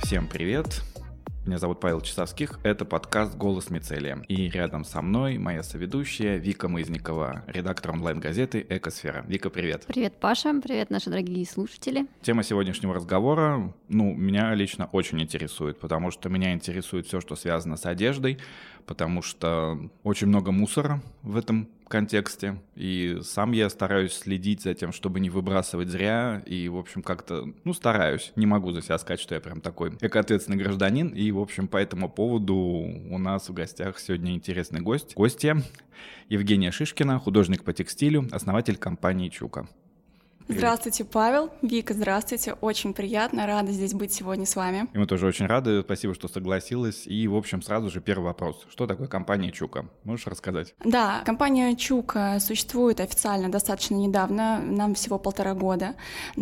Всем привет! Меня зовут Павел Часовских, это подкаст «Голос Мицелия». И рядом со мной моя соведущая Вика Мызникова, редактор онлайн-газеты «Экосфера». Вика, привет! Привет, Паша, привет, наши дорогие слушатели. Тема сегодняшнего разговора, меня лично очень интересует, потому что меня интересует все, что связано с одеждой, потому что очень много мусора в этом контексте, и сам я стараюсь следить за тем, чтобы не выбрасывать зря, и, в общем, как-то, стараюсь. Не могу за себя сказать, что я прям такой экоответственный гражданин, и, в общем, по этому поводу у нас в гостях сегодня интересный гость. Гостья Евгения Шишкина, художник по текстилю, основатель компании «Чука». Привет. Здравствуйте, Павел. Вика, здравствуйте. Очень приятно, рада здесь быть сегодня с вами. И мы тоже очень рады. Спасибо, что согласилась. И, в общем, сразу же первый вопрос. Что такое компания «Чука»? Можешь рассказать? Да, компания «Чука» существует официально достаточно недавно, нам всего 1,5 года.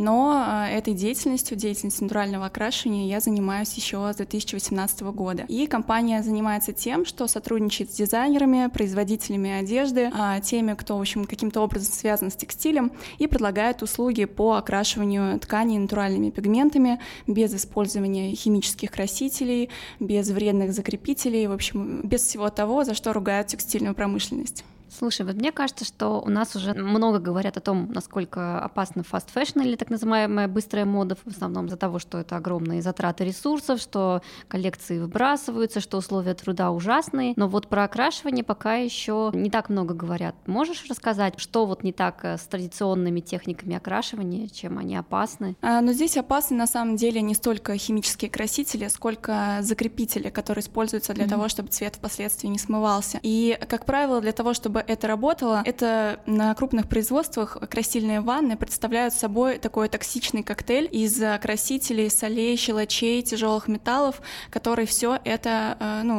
Но этой деятельностью натурального окрашивания я занимаюсь еще с 2018 года. И компания занимается тем, что сотрудничает с дизайнерами, производителями одежды, теми, кто, в общем, каким-то образом связан с текстилем, и предлагает услуги по окрашиванию тканей натуральными пигментами, без использования химических красителей, без вредных закрепителей, в общем, без всего того, за что ругают текстильную промышленность. Слушай, вот мне кажется, что у нас уже много говорят о том, насколько опасно фаст-фэшн или так называемая быстрая мода, в основном из-за того, что это огромные затраты ресурсов, что коллекции выбрасываются, что условия труда ужасные. Но вот про окрашивание пока еще не так много говорят. Можешь рассказать, что вот не так с традиционными техниками окрашивания, чем они опасны? Но здесь опасны на самом деле не столько химические красители, сколько закрепители, которые используются для того, чтобы цвет впоследствии не смывался. И, как правило, для того, чтобы это работало, это на крупных производствах красильные ванны представляют собой такой токсичный коктейль из красителей, солей, щелочей, тяжелых металлов, которые все это,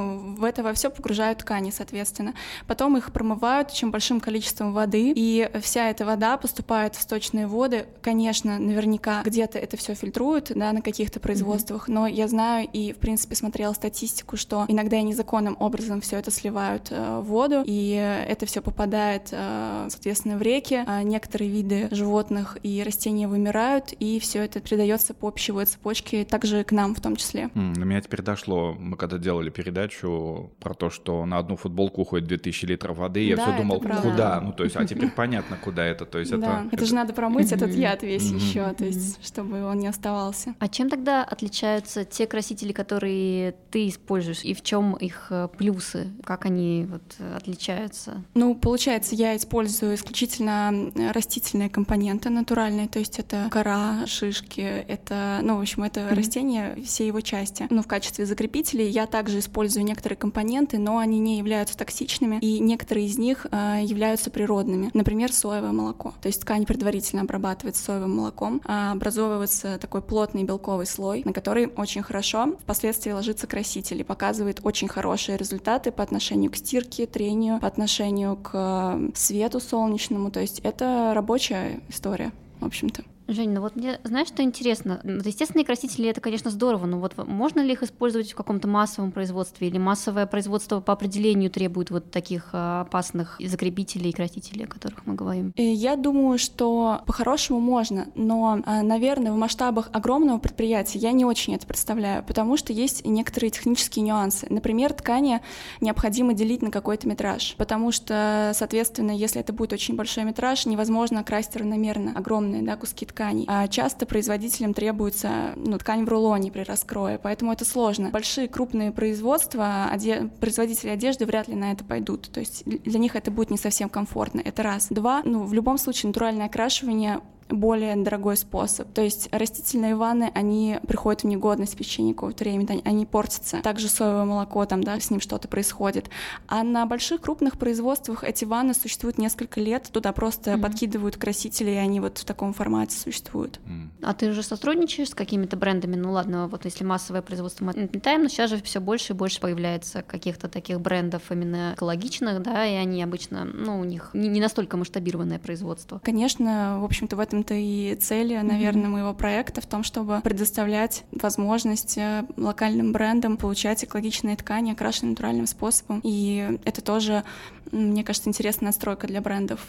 в это во все погружают ткани, соответственно. Потом их промывают очень большим количеством воды, и вся эта вода поступает в сточные воды. Конечно, наверняка где-то это все фильтруют, да, на каких-то производствах, но я знаю и, в принципе, смотрела статистику, что иногда и незаконным образом все это сливают в воду, и это все попадает, соответственно, в реки. Некоторые виды животных и растений вымирают, и все это передается по пищевой цепочке, также к нам в том числе. До меня теперь дошло, мы когда делали передачу про то, что на одну футболку уходит 2000 литров воды, я все думал, куда? А теперь понятно, куда это. То есть это же надо промыть этот яд весь еще, то есть, чтобы он не оставался. А чем тогда отличаются те красители, которые ты используешь, и в чем их плюсы? Как они отличаются? Получается, я использую исключительно растительные компоненты натуральные, то есть это кора, шишки, это, это растение, все его части. В качестве закрепителей я также использую некоторые компоненты, но они не являются токсичными, и некоторые из них являются природными. Например, соевое молоко. То есть ткань предварительно обрабатывается соевым молоком, образовывается такой плотный белковый слой, на который очень хорошо впоследствии ложится краситель и показывает очень хорошие результаты по отношению к стирке, трению, по отношению к свету солнечному, то есть это рабочая история, в общем-то. Жень, мне, знаешь, что интересно? Естественные красители — это, конечно, здорово, но можно ли их использовать в каком-то массовом производстве, или массовое производство по определению требует таких опасных закрепителей и красителей, о которых мы говорим? Я думаю, что по-хорошему можно, но, наверное, в масштабах огромного предприятия я не очень это представляю, потому что есть некоторые технические нюансы. Например, ткани необходимо делить на какой-то метраж, потому что, соответственно, если это будет очень большой метраж, невозможно окрасить равномерно огромные, куски тканей. А часто производителям требуется ткань в рулоне при раскрое, поэтому это сложно. Большие крупные производства, производители одежды вряд ли на это пойдут, то есть для них это будет не совсем комфортно, это раз. Два, в любом случае натуральное окрашивание более дорогой способ. То есть растительные ванны, они приходят в негодность в течение какого-то времени, они портятся. Также соевое молоко, с ним что-то происходит. А на больших крупных производствах эти ванны существуют несколько лет, туда просто подкидывают красители, и они в таком формате существуют. А ты уже сотрудничаешь с какими-то брендами? Ладно, если массовое производство мы отметаем, но сейчас же все больше и больше появляется каких-то таких брендов именно экологичных, да, и они обычно, у них не настолько масштабированное производство. Конечно, в общем-то, в этом-то и цель, наверное, моего проекта в том, чтобы предоставлять возможность локальным брендам получать экологичные ткани, окрашенные натуральным способом. И это тоже, мне кажется, интересная настройка для брендов.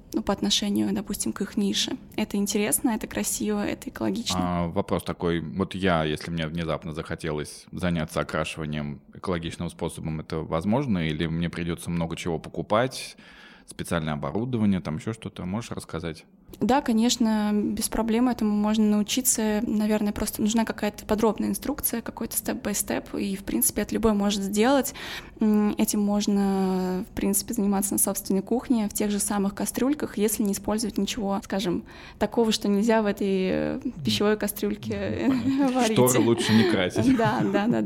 по отношению, допустим, к их нише. Это интересно, это красиво, это экологично. Вопрос такой, вот если мне внезапно захотелось заняться окрашиванием экологичным способом, это возможно, или мне придется много чего покупать, специальное оборудование, там еще что-то, можешь рассказать? Да, конечно, без проблем этому можно научиться. Наверное, просто нужна какая-то подробная инструкция, какой-то степ-бай-степ, и, в принципе, это любой может сделать. Этим можно, в принципе, заниматься на собственной кухне, в тех же самых кастрюльках, если не использовать ничего, скажем, такого, что нельзя в этой пищевой кастрюльке варить. Шторы лучше не красить. Да.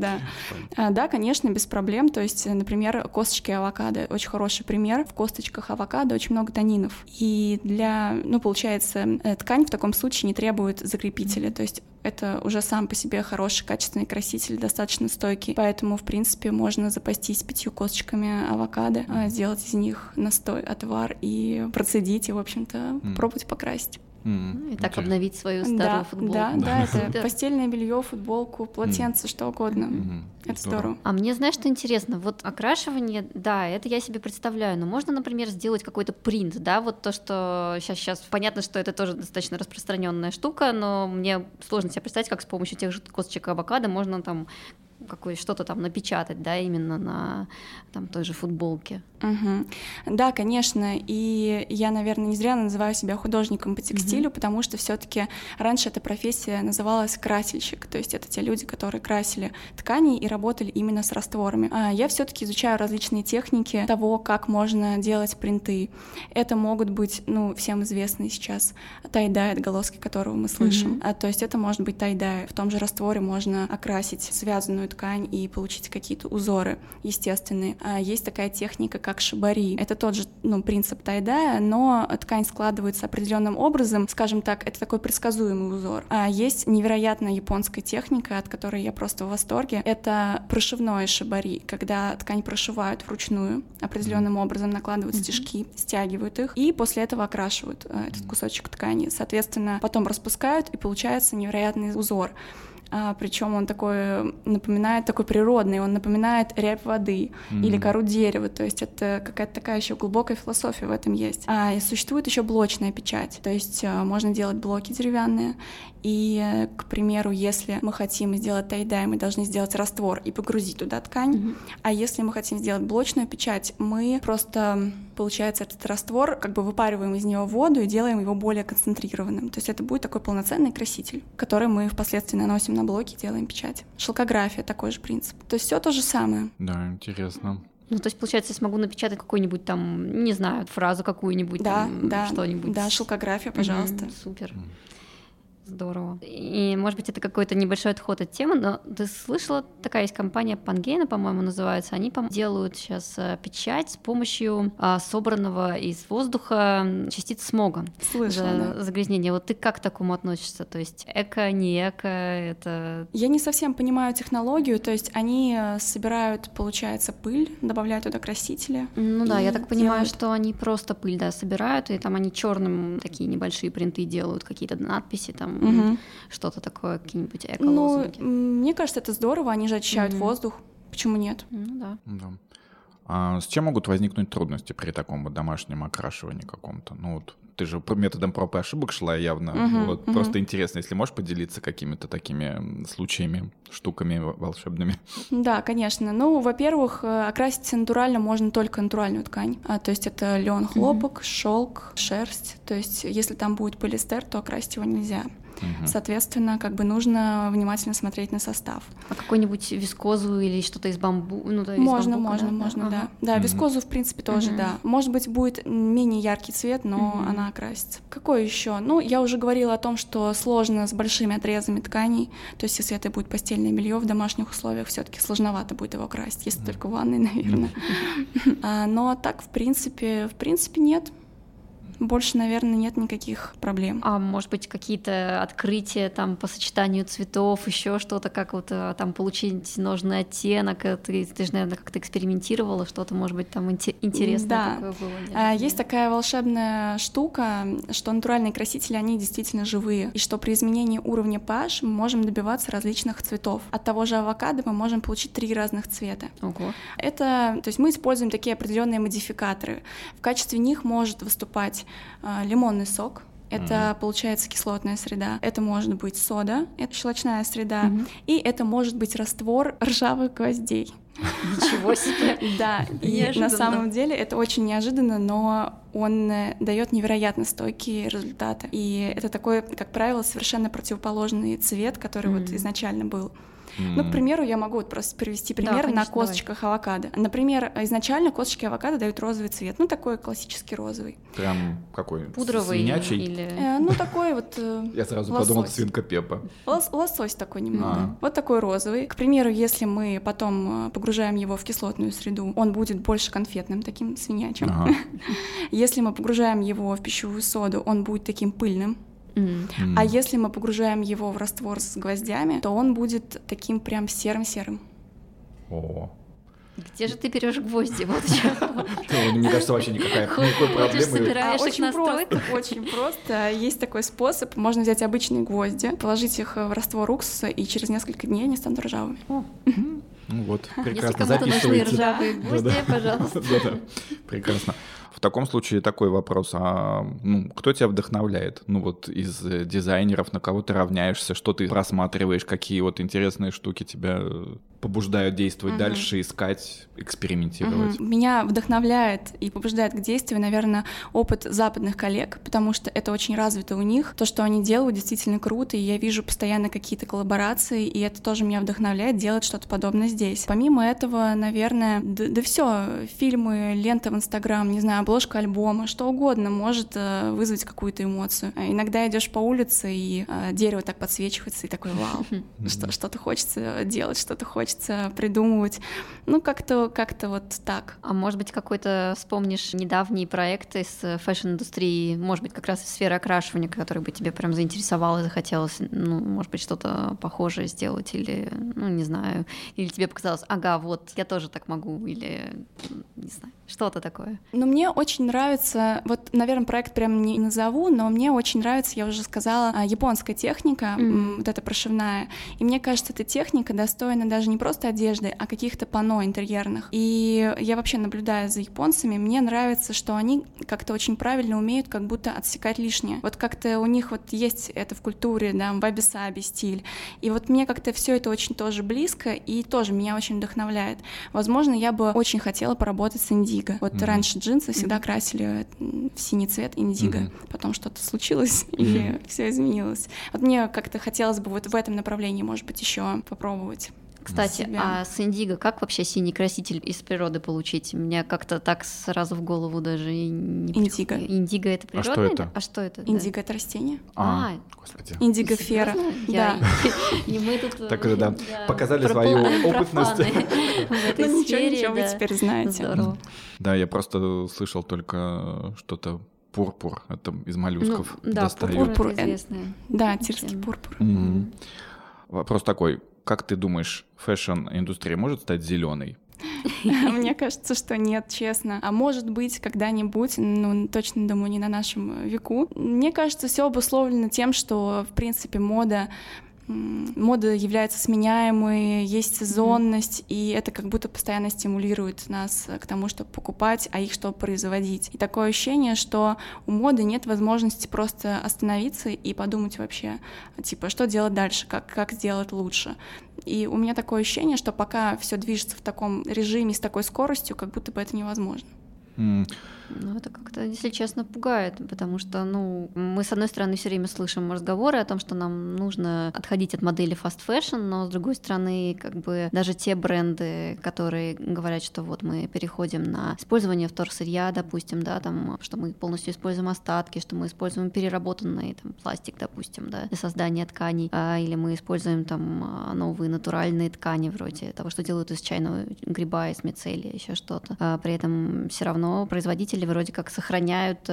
Да, конечно, без проблем. То есть, например, косточки авокадо — очень хороший пример. В косточках авокадо очень много танинов. И получается, ткань в таком случае не требует закрепителя, то есть это уже сам по себе хороший, качественный краситель, достаточно стойкий, поэтому, в принципе, можно запастись 5 косточками авокадо, сделать из них настой, отвар и процедить, и, в общем-то, попробовать покрасить. И так обновить свою старую футболку. Да, это постельное белье, футболку, полотенце, что угодно. Это здорово. А мне, знаешь, что интересно? Вот окрашивание, да, это я себе представляю, но можно, например, сделать какой-то принт, да, вот то, что сейчас понятно, что это тоже достаточно распространенная штука, но мне сложно себе представить, как с помощью тех же косточек авокадо можно там что-то там напечатать, да, именно на там той же футболке. Да, конечно, и я, наверное, не зря называю себя художником по текстилю, потому что все-таки раньше эта профессия называлась красильщик, то есть это те люди, которые красили ткани и работали именно с растворами. Я все-таки изучаю различные техники того, как можно делать принты. Это могут быть, всем известные сейчас тай-дай, отголоски которого мы слышим. То есть это может быть тай-дай. В том же растворе можно окрасить связанную ткань и получить какие-то узоры естественные. Есть такая техника, как шибари. Это тот же принцип тай-дая, но ткань складывается определенным образом, скажем так, это такой предсказуемый узор. Есть невероятная японская техника, от которой я просто в восторге. Это прошивное шибари, когда ткань прошивают вручную, определенным образом накладывают стежки, стягивают их и после этого окрашивают этот кусочек ткани. Соответственно, потом распускают, и получается невероятный узор. Причем он такой природный, он напоминает рябь воды или кору дерева, то есть это какая-то такая еще глубокая философия в этом есть. И существует еще блочная печать, то есть можно делать блоки деревянные, и, к примеру, если мы хотим сделать тай-дай, мы должны сделать раствор и погрузить туда ткань, а если мы хотим сделать блочную печать, мы просто, получается, этот раствор выпариваем из него воду и делаем его более концентрированным, то есть это будет такой полноценный краситель, который мы впоследствии наносим на блоки, делаем печать. Шелкография — такой же принцип. То есть все то же самое. Да, интересно. То есть, получается, я смогу напечатать какую-нибудь там, не знаю, фразу какую-нибудь, что-нибудь. Да, шелкография, пожалуйста. Супер. Здорово. И, может быть, это какой-то небольшой отход от темы, но ты слышала, такая есть компания Pangea, по-моему, называется, они делают сейчас печать с помощью собранного из воздуха частиц смога. Слышала, загрязнение. Вот ты как к такому относишься? То есть эко, не эко, это... Я не совсем понимаю технологию, то есть они собирают, получается, пыль, добавляют туда красители. Я так понимаю, что они просто пыль, собирают, и там они черным такие небольшие принты делают, какие-то надписи там, что-то такое, какие-нибудь эко-лозунги. Мне кажется, это здорово, они же очищают воздух. Почему нет? Да. А с чем могут возникнуть трудности при таком домашнем окрашивании каком-то? Ты же методом проб и ошибок шла явно. Просто интересно, если можешь поделиться какими-то такими случаями, штуками волшебными. Да, конечно. Во-первых, окрасить натурально можно только натуральную ткань. То есть это лен, хлопок, шелк, шерсть. То есть если там будет полиэстер, то окрасить его нельзя. Соответственно, нужно внимательно смотреть на состав. А какую-нибудь вискозу или что-то из бамбука? Можно, да. Да, вискозу, в принципе, тоже, да. Может быть, будет менее яркий цвет, но она окрасится. Какой еще? Я уже говорила о том, что сложно с большими отрезами тканей. То есть, если это будет постельное белье в домашних условиях, все-таки сложновато будет его красить, если только в ванной, наверное. Но так, в принципе, нет. Больше, наверное, нет никаких проблем. А может быть, какие-то открытия там по сочетанию цветов, еще что-то, как там получить нужный оттенок? Ты же, наверное, как-то экспериментировала, что-то, может быть, там интересное такое было? Есть такая волшебная штука, что натуральные красители, они действительно живые, и что при изменении уровня pH мы можем добиваться различных цветов. От того же авокадо мы можем получить 3 разных цвета. Ого. То есть мы используем такие определенные модификаторы. В качестве них может выступать быть лимонный сок. Это, получается, кислотная среда. Это может быть сода, это щелочная среда. И это может быть раствор ржавых гвоздей. Ничего себе! Да, и на самом деле это очень неожиданно, но он дает невероятно стойкие результаты. И это такой, как правило, совершенно противоположный цвет, который вот изначально был. Ну, к примеру, я могу вот просто привести пример на косточках авокадо. Например, изначально косточки авокадо дают розовый цвет, ну, такой классический розовый. Прям какой? Пудровый свинячий? Или... Ну, такой вот Я сразу подумал, свинка Пеппа. Лосось такой немного. Вот такой розовый. К примеру, если мы потом погружаем его в кислотную среду, он будет больше конфетным, таким свинячим. Если мы погружаем его в пищевую соду, он будет таким пыльным. А если мы погружаем его в раствор с гвоздями, то он будет таким прям серым-серым. О. Где же ты берешь гвозди? Вот мне кажется, вообще никакой проблемы. Очень просто. Есть такой способ. Можно взять обычные гвозди, положить их в раствор уксуса, и через несколько дней они станут ржавыми. Ну вот, прекрасно, записывайте. Если кому-то нужны ржавые гвозди, пожалуйста. Да, прекрасно. В таком случае такой вопрос, кто тебя вдохновляет? Ну вот из дизайнеров, на кого ты равняешься, что ты рассматриваешь, какие вот интересные штуки тебя побуждают действовать дальше, искать, экспериментировать? Меня вдохновляет и побуждает к действию, наверное, опыт западных коллег, потому что это очень развито у них. То, что они делают, действительно круто, и я вижу постоянно какие-то коллаборации, и это тоже меня вдохновляет делать что-то подобное здесь. Помимо этого, наверное, да все, фильмы, лента в Инстаграм, не знаю, обложка альбома, что угодно может вызвать какую-то эмоцию. Иногда идешь по улице, и дерево так подсвечивается, и такой вау, что-то хочется делать, что-то хочется придумывать. Ну, как-то вот так. А может быть, какой-то вспомнишь недавний проект из фэшн-индустрии, может быть, как раз из сферы окрашивания, который бы тебе прям заинтересовал и захотелось, ну, может быть, что-то похожее сделать, или, ну, не знаю, или тебе показалось, ага, вот, я тоже так могу, или, не знаю, что-то такое. Ну, мне очень нравится, вот, наверное, проект прям не назову, но мне очень нравится, я уже сказала, японская техника, вот эта прошивная, и мне кажется, эта техника достойна даже не просто одежды, а каких-то панно интерьерных. И я вообще наблюдаю за японцами, мне нравится, что они как-то очень правильно умеют как будто отсекать лишнее. Вот как-то у них вот есть это в культуре, да, ваби-саби стиль. И вот мне как-то все это очень тоже близко и тоже меня очень вдохновляет. Возможно, я бы очень хотела поработать с индиго. Вот раньше джинсы всегда красили в синий цвет индиго, потом что-то случилось и все изменилось. Вот мне как-то хотелось бы вот в этом направлении, может быть, еще попробовать. Кстати, а с индиго как вообще синий краситель из природы получить? Мне как-то так сразу в голову даже и не индиго. Индиго — это природа? А что это? Индиго — это растение. Господи. Индигофера. Да. И мы тут показали свою опытность. Ничего, вы теперь знаете. Здорово. Да, я просто слышал только что-то пурпур, это из моллюсков достают. Пурпур — это известная. Да, тирский пурпур. Вопрос такой. Как ты думаешь, фэшн-индустрия может стать зеленой? Мне кажется, что нет, честно. А может быть, когда-нибудь, ну, точно, думаю, не на нашем веку. Мне кажется, все обусловлено тем, что, в принципе, мода является сменяемой, есть сезонность, и это как будто постоянно стимулирует нас к тому, чтобы покупать, а их чтобы производить. И такое ощущение, что у моды нет возможности просто остановиться и подумать вообще, типа, что делать дальше, как сделать лучше. И у меня такое ощущение, что пока все движется в таком режиме, с такой скоростью, как будто бы это невозможно. Ну, это как-то, если честно, пугает, потому что, ну, мы, с одной стороны, все время слышим разговоры о том, что нам нужно отходить от модели fast fashion, но, с другой стороны, как бы даже те бренды, которые говорят, что вот мы переходим на использование вторсырья, допустим, да, там, что мы полностью используем остатки, что мы используем переработанный там пластик, допустим, да, для создания тканей, или мы используем там новые натуральные ткани, вроде того, что делают из чайного гриба, из мицелия, еще что-то. При этом все равно производители вроде как сохраняют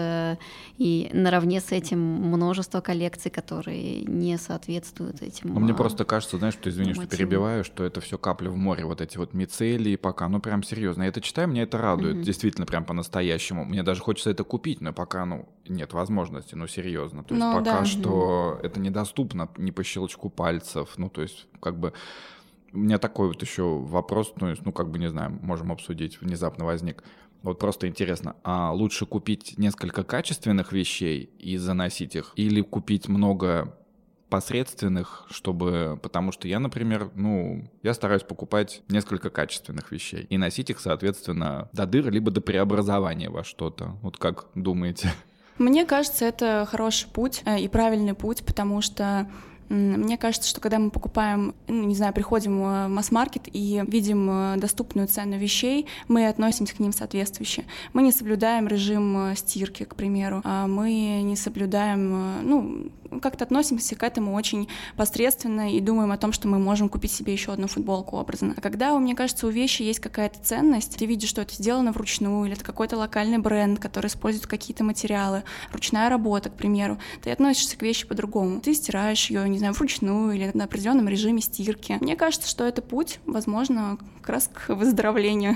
и наравне с этим множество коллекций, которые не соответствуют этим. Мне просто кажется, знаешь, что, извини, что перебиваю, что это все капля в море, вот эти вот мицелии пока, ну прям серьезно. Я это читаю, меня это радует, действительно прям по-настоящему. Мне даже хочется это купить, но пока, ну, нет возможности, ну серьезно. То есть пока что это недоступно ни по щелчку пальцев, ну то есть как бы... У меня такой вот еще вопрос, ну как бы, не знаю, можем обсудить, внезапно возник. Вот просто интересно, а лучше купить несколько качественных вещей и заносить их, или купить много посредственных, потому что я, например, я стараюсь покупать несколько качественных вещей и носить их, соответственно, до дыр, либо до преобразования во что-то. Вот как думаете? Мне кажется, это хороший путь и правильный путь, потому что мне кажется, что когда мы покупаем, приходим в масс-маркет и видим доступную цену вещей, мы относимся к ним соответствующе. Мы не соблюдаем режим стирки, к примеру, мы не соблюдаем, как-то относимся к этому очень посредственно и думаем о том, что мы можем купить себе еще одну футболку образно. А когда, мне кажется, у вещи есть какая-то ценность, ты видишь, что это сделано вручную, или это какой-то локальный бренд, который использует какие-то материалы, ручная работа, к примеру, ты относишься к вещи по-другому. Ты стираешь ее, вручную или на определенном режиме стирки. Мне кажется, что это путь, возможно, как раз к выздоровлению.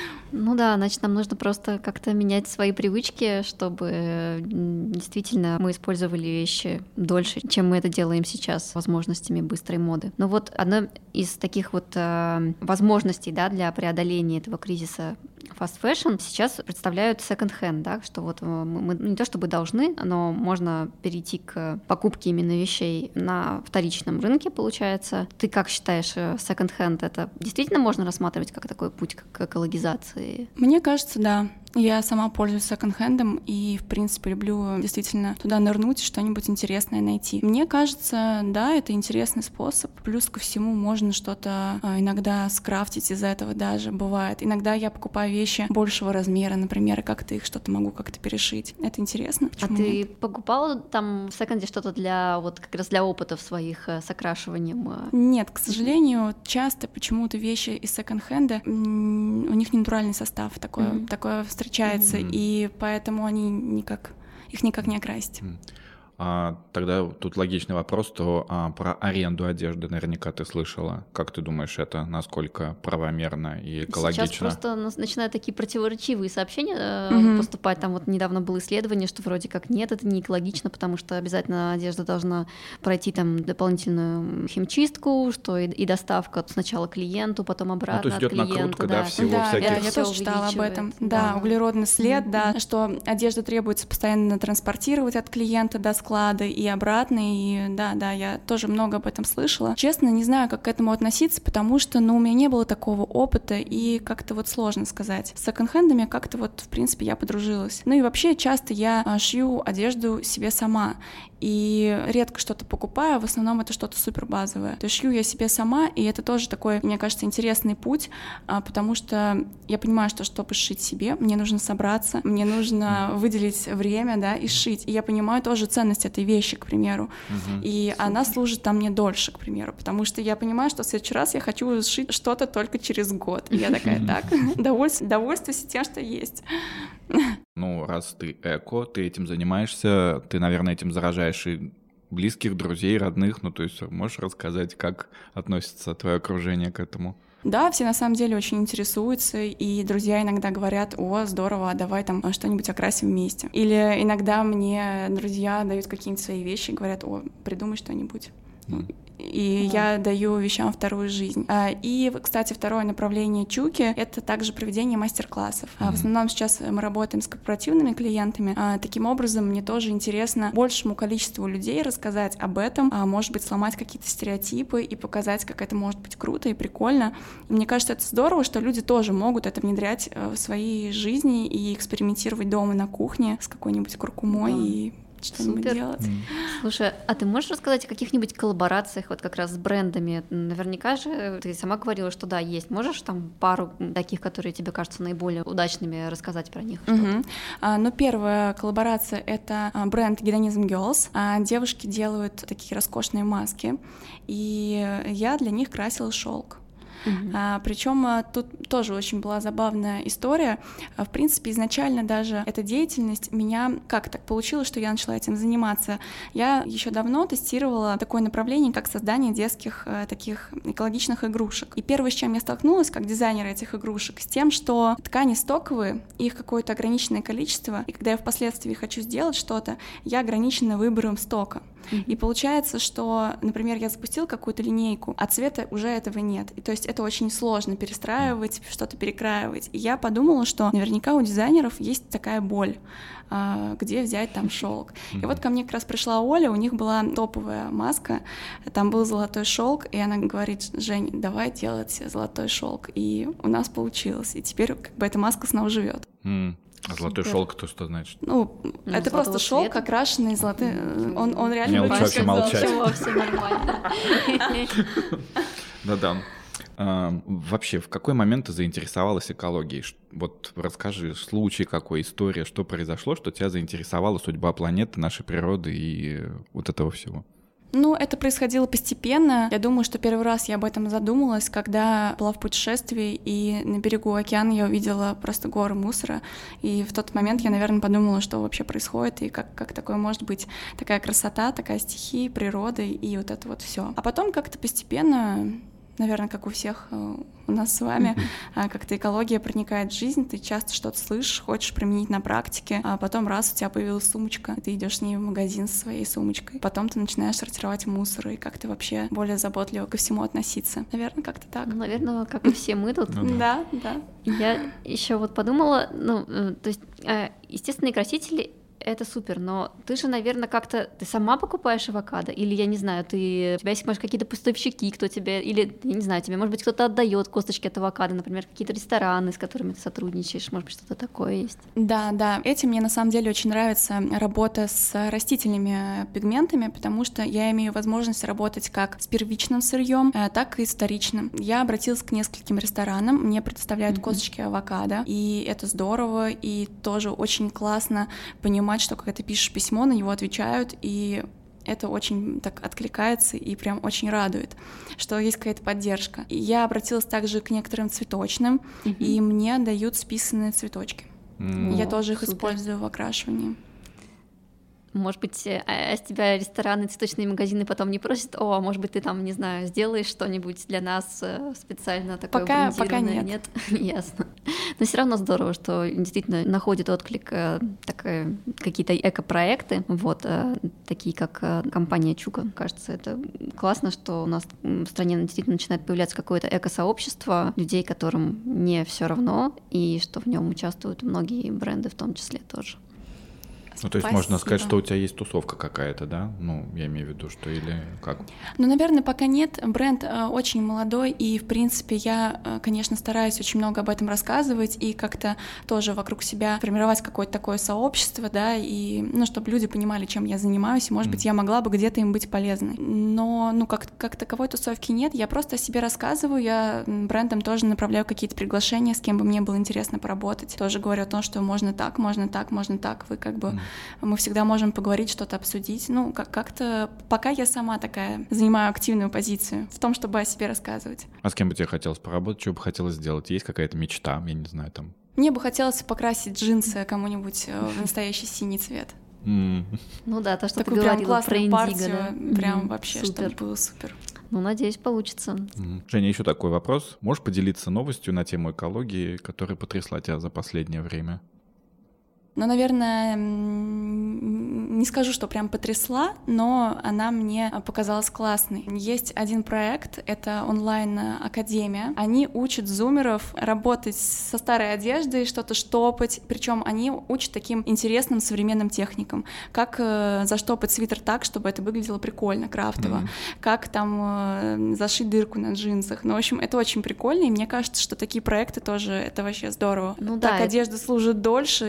Значит, нам нужно просто как-то менять свои привычки, чтобы действительно мы использовали вещи дольше, чем мы это делаем сейчас с возможностями быстрой моды. Но вот одна из таких возможностей, для преодоления этого кризиса fast fashion сейчас представляют second-hand, что мы не то чтобы должны, но можно перейти к покупке именно вещей на вторичном рынке, получается. Ты как считаешь, second-hand это действительно можно рассматривать как такой путь к экологизации? Мне кажется, да. Я сама пользуюсь секонд-хендом и, в принципе, люблю действительно туда нырнуть и что-нибудь интересное найти. Мне кажется, да, это интересный способ. Плюс ко всему можно что-то иногда скрафтить из этого даже, бывает. Иногда я покупаю вещи большего размера, например, и как-то их что-то могу как-то перешить. Это интересно. Почему? А ты покупала там в секонде что-то как раз для опытов своих с окрашиванием? Нет, к сожалению, часто почему-то вещи из секонд-хенда, у них не натуральный состав, такое встречается, и поэтому они их никак не окрасить. Тогда тут логичный вопрос, про аренду одежды наверняка ты слышала. Как ты думаешь, это насколько правомерно и экологично? Сейчас просто начинают такие противоречивые сообщения поступать. Там недавно было исследование, что вроде как нет, это не экологично, потому что обязательно одежда должна пройти там дополнительную химчистку, что и доставка сначала клиенту, потом обратно то есть от клиента. Накрутка, всего всяких. Я тоже читала об этом. Да, углеродный след, что одежду требуется постоянно транспортировать от клиента до склада и обратно, и да, я тоже много об этом слышала. Честно, не знаю, как к этому относиться, потому что, у меня не было такого опыта, и как-то сложно сказать. С секонд-хендами как-то в принципе, я подружилась. И вообще часто я шью одежду себе сама, и редко что-то покупаю, в основном это что-то супер базовое. То есть шью я себе сама, и это тоже такой, мне кажется, интересный путь, потому что я понимаю, что чтобы сшить себе, мне нужно собраться, мне нужно выделить время, и сшить. И я понимаю тоже ценность этой вещи, к примеру. И она служит там мне дольше, к примеру, потому что я понимаю, что в следующий раз я хочу сшить что-то только через год. И я такая, довольствуйся тем, что есть. Раз ты эко, ты этим занимаешься, ты, наверное, этим заражаешь и близких, друзей, родных, то есть можешь рассказать, как относится твое окружение к этому? Да, все на самом деле очень интересуются, и друзья иногда говорят: о, здорово, давай там что-нибудь окрасим вместе. Или иногда мне друзья дают какие-нибудь свои вещи и говорят: о, придумай что-нибудь. И я даю вещам вторую жизнь. И, кстати, второе направление Чуки — это также проведение мастер-классов. В основном сейчас мы работаем с корпоративными клиентами. Таким образом, мне тоже интересно большему количеству людей рассказать об этом, может быть, сломать какие-то стереотипы и показать, как это может быть круто и прикольно. И мне кажется, это здорово, что люди тоже могут это внедрять в свои жизни и экспериментировать дома на кухне с какой-нибудь куркумой и что-нибудь делать. Слушай, а ты можешь рассказать о каких-нибудь коллаборациях как раз с брендами? Наверняка же ты сама говорила, что да, есть. Можешь там пару таких, которые тебе кажутся наиболее удачными, рассказать про них? Первая коллаборация — это бренд Hedonism Girls. Девушки делают такие роскошные маски, и я для них красила шелк. Причем тут тоже очень была забавная история. В принципе, изначально даже эта деятельность меня как так получилось, что я начала этим заниматься. Я еще давно тестировала такое направление, как создание детских таких экологичных игрушек. И первое, с чем я столкнулась как дизайнер этих игрушек, с тем, что ткани стоковые, их какое-то ограниченное количество, и когда я впоследствии хочу сделать что-то, я ограничена выбором стока. И получается, что, например, я запустила какую-то линейку, а цвета уже этого нет. И то есть это очень сложно перестраивать, что-то перекраивать. И я подумала, что наверняка у дизайнеров есть такая боль, где взять там шелк. И вот ко мне как раз пришла Оля, у них была топовая маска, там был золотой шелк, и она говорит: Жень, давай делать золотой шелк. И у нас получилось. И теперь как бы эта маска снова живет. Золотой шелк, то что значит? Ну, это просто шелк, окрашенный золотый. Он реально Мне лучше вообще молчать. Все нормально. Да-да. Вообще, в какой момент ты заинтересовалась экологией? Вот расскажи, случай какой, история, что произошло, что тебя заинтересовала судьба планеты, нашей природы и вот этого всего? Ну, это происходило постепенно. Я думаю, что первый раз я об этом задумалась, когда была в путешествии, и на берегу океана я увидела просто горы мусора. И в тот момент я, наверное, подумала, что вообще происходит, и как такое может быть. Такая красота, такая стихия, природа, и вот это вот все. А потом как-то постепенно, наверное, как у всех у нас с вами, как-то экология проникает в жизнь, ты часто что-то слышишь, хочешь применить на практике, а потом раз у тебя появилась сумочка, ты идешь с ней в магазин со своей сумочкой, потом ты начинаешь сортировать мусор и как-то вообще более заботливо ко всему относиться. Наверное, как-то так. Наверное, как и все мы тут. Да. Я еще вот подумала, то есть естественные красители — это супер, но ты же, наверное, как-то... Ты сама покупаешь авокадо? Или, я не знаю, у тебя есть, может, какие-то поставщики, кто тебе... Или, я не знаю, тебе, может быть, кто-то отдает косточки от авокадо, например, какие-то рестораны, с которыми ты сотрудничаешь, может быть, что-то такое есть? Да. Этим мне, на самом деле, очень нравится работа с растительными пигментами, потому что я имею возможность работать как с первичным сырьем, так и с вторичным. Я обратилась к нескольким ресторанам, мне предоставляют косточки авокадо, и это здорово, и тоже очень классно понимать, что когда ты пишешь письмо, на него отвечают, и это очень так откликается и прям очень радует, что есть какая-то поддержка. И я обратилась также к некоторым цветочным, и мне дают списанные цветочки. Я тоже их использую в окрашивании. Может быть, с тебя рестораны, цветочные магазины потом не просят: о, может быть, ты там, не знаю, сделаешь что-нибудь для нас специально такое брендированное? Пока нет. Ясно. Но все равно здорово, что действительно находит отклик какие-то экопроекты, вот, такие как компания Чука. Кажется, это классно, что у нас в стране действительно начинает появляться какое-то эко-сообщество людей, которым не все равно, и что в нем участвуют многие бренды в том числе тоже. Ну, то есть можно сказать, что у тебя есть тусовка какая-то, да? Ну, я имею в виду, что или как? Ну, наверное, пока нет. Бренд очень молодой, и, в принципе, я, конечно, стараюсь очень много об этом рассказывать и как-то тоже вокруг себя формировать какое-то такое сообщество, да, и, ну, чтобы люди понимали, чем я занимаюсь, и, может быть, я могла бы где-то им быть полезной. Но, ну, как таковой тусовки нет, я просто о себе рассказываю, я брендам тоже направляю какие-то приглашения, с кем бы мне было интересно поработать. Тоже говорю о том, что можно так, вы как бы... Мы всегда можем поговорить, что-то обсудить. Ну, как-то пока я сама такая занимаю активную позицию в том, чтобы о себе рассказывать. А с кем бы тебе хотелось поработать, что бы хотелось сделать? Есть какая-то мечта, я не знаю, там? Мне бы хотелось покрасить джинсы кому-нибудь в настоящий синий цвет. Ну да, то, что такую ты говорила про Индиго, партию, да? прям вообще, чтобы было супер. Ну, надеюсь, получится. Женя, еще такой вопрос. Можешь поделиться новостью на тему экологии, которая потрясла тебя за последнее время? Ну, наверное, не скажу, что прям потрясла, но она мне показалась классной. Есть один проект, это онлайн-академия. Они учат зумеров работать со старой одеждой, что-то штопать, причем они учат таким интересным современным техникам. Как заштопать свитер так, чтобы это выглядело прикольно, крафтово. Как там зашить дырку на джинсах. Ну, в общем, это очень прикольно, и мне кажется, что такие проекты тоже, это вообще здорово. Ну, так да, одежда служит дольше,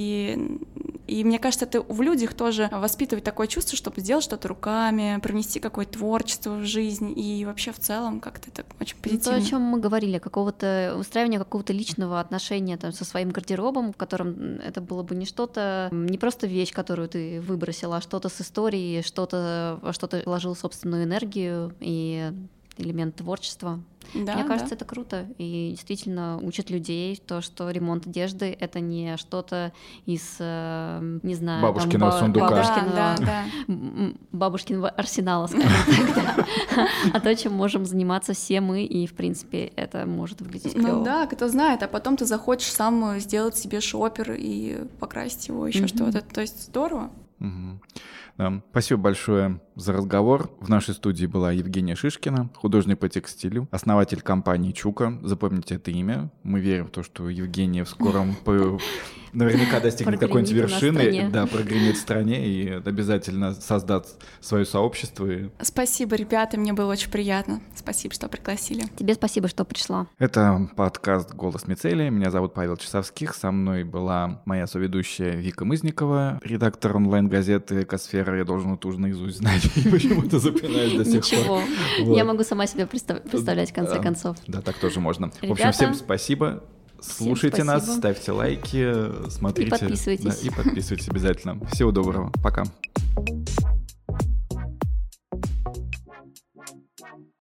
и мне кажется, это в людях тоже воспитывать такое чувство, чтобы сделать что-то руками, привнести какое-то творчество в жизнь, и вообще в целом как-то это очень позитивно. То, о чем мы говорили, устраивание какого-то личного отношения там, со своим гардеробом, в котором это было бы не просто вещь, которую ты выбросила, а что-то с историей, что-то вложил собственную энергию и элемент творчества. Да, мне кажется, это круто и действительно учит людей то, что ремонт одежды — это не что-то из, не знаю, бабушкиного сундука. Бабушкиного арсенала, скажем так, а то, чем можем заниматься все мы, и, в принципе, это может выглядеть клёво. Ну да, кто знает, а потом ты захочешь сам сделать себе шопер и покрасить его, еще что-то, то есть здорово. Угу. Да. Спасибо большое за разговор. В нашей студии была Евгения Шишкина, художник по текстилю, основатель компании «Чука». Запомните это имя. Мы верим в то, что Евгения в скором наверняка достигнет какой-нибудь вершины, да, прогремит в стране и обязательно создаст свое сообщество. Спасибо, ребята, мне было очень приятно. Спасибо, что пригласили. Тебе спасибо, что пришла. Это подкаст «Голос Мицелия». Меня зовут Павел Часовских. Со мной была моя соведущая Вика Мызникова, редактор онлайн-газеты «Экосфера». Я должен это уже наизусть знать и почему-то запинаюсь до сих пор. Ничего, я могу сама себе представлять в конце концов. Да, так тоже можно. В общем, всем спасибо. Слушайте нас, ставьте лайки, смотрите. И подписывайтесь. Да, и подписывайтесь обязательно. Всего доброго. Пока.